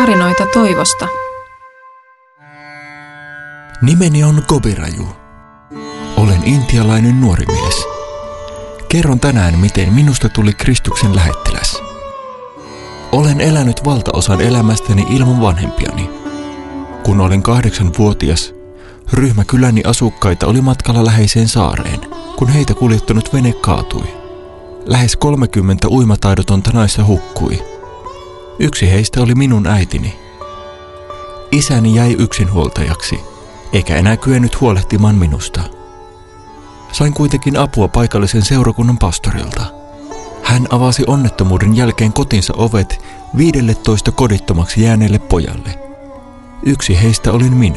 Tarinoita toivosta. Nimeni on Kobiraju. Olen intialainen nuori mies. Kerron tänään, miten minusta tuli Kristuksen lähettiläs. Olen elänyt valtaosan elämästäni ilman vanhempiani. Kun olin 8-vuotias, ryhmä kyläni asukkaita oli matkalla läheiseen saareen, kun heitä kuljettanut vene kaatui. Lähes 30 uimataidotonta naista hukkui. Yksi heistä oli minun äitini. Isäni jäi yksinhuoltajaksi, eikä enää kyennyt huolehtimaan minusta. Sain kuitenkin apua paikallisen seurakunnan pastorilta. Hän avasi onnettomuuden jälkeen kotinsa ovet 15 kodittomaksi jääneelle pojalle. Yksi heistä olin minä.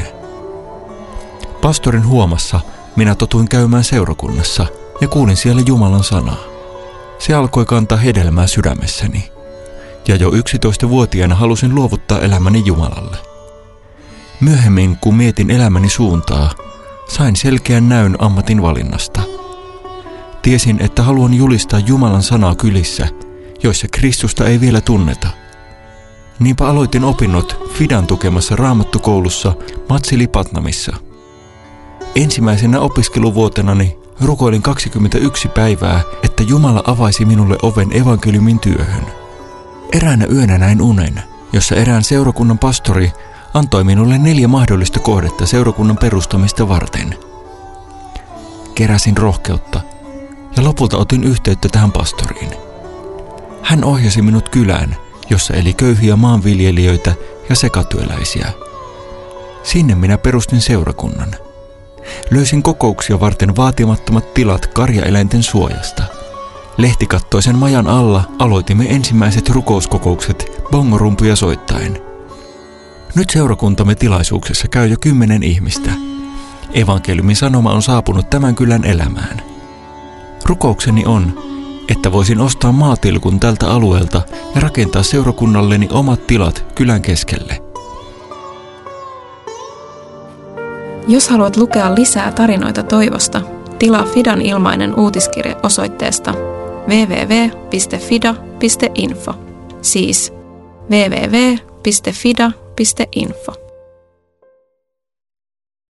Pastorin huomassa minä totuin käymään seurakunnassa ja kuulin siellä Jumalan sanaa. Se alkoi kantaa hedelmää sydämessäni. Ja jo 11-vuotiaana halusin luovuttaa elämäni Jumalalle. Myöhemmin, kun mietin elämäni suuntaa, sain selkeän näyn ammatin valinnasta. Tiesin, että haluan julistaa Jumalan sanaa kylissä, joissa Kristusta ei vielä tunneta. Niinpä aloitin opinnot Fidan tukemassa raamattukoulussa Matsilipatnamissa. Ensimmäisenä opiskeluvuotenani rukoilin 21 päivää, että Jumala avaisi minulle oven evankeliumin työhön. Eräänä yönä näin unen, jossa erään seurakunnan pastori antoi minulle 4 mahdollista kohdetta seurakunnan perustamista varten. Keräsin rohkeutta ja lopulta otin yhteyttä tähän pastoriin. Hän ohjasi minut kylään, jossa eli köyhiä maanviljelijöitä ja sekatyöläisiä. Sinne minä perustin seurakunnan. Löysin kokouksia varten vaatimattomat tilat karjaeläinten suojasta. Lehtikattoisen majan alla aloitimme ensimmäiset rukouskokoukset bongorumpuja soittaen. Nyt seurakuntamme tilaisuuksessa käy jo 10 ihmistä. Evankeliumin sanoma on saapunut tämän kylän elämään. Rukoukseni on, että voisin ostaa maatilkun tältä alueelta ja rakentaa seurakunnalleni omat tilat kylän keskelle. Jos haluat lukea lisää tarinoita toivosta, tilaa Fidan ilmainen uutiskirje osoitteesta www.fida.info, siis www.fida.info.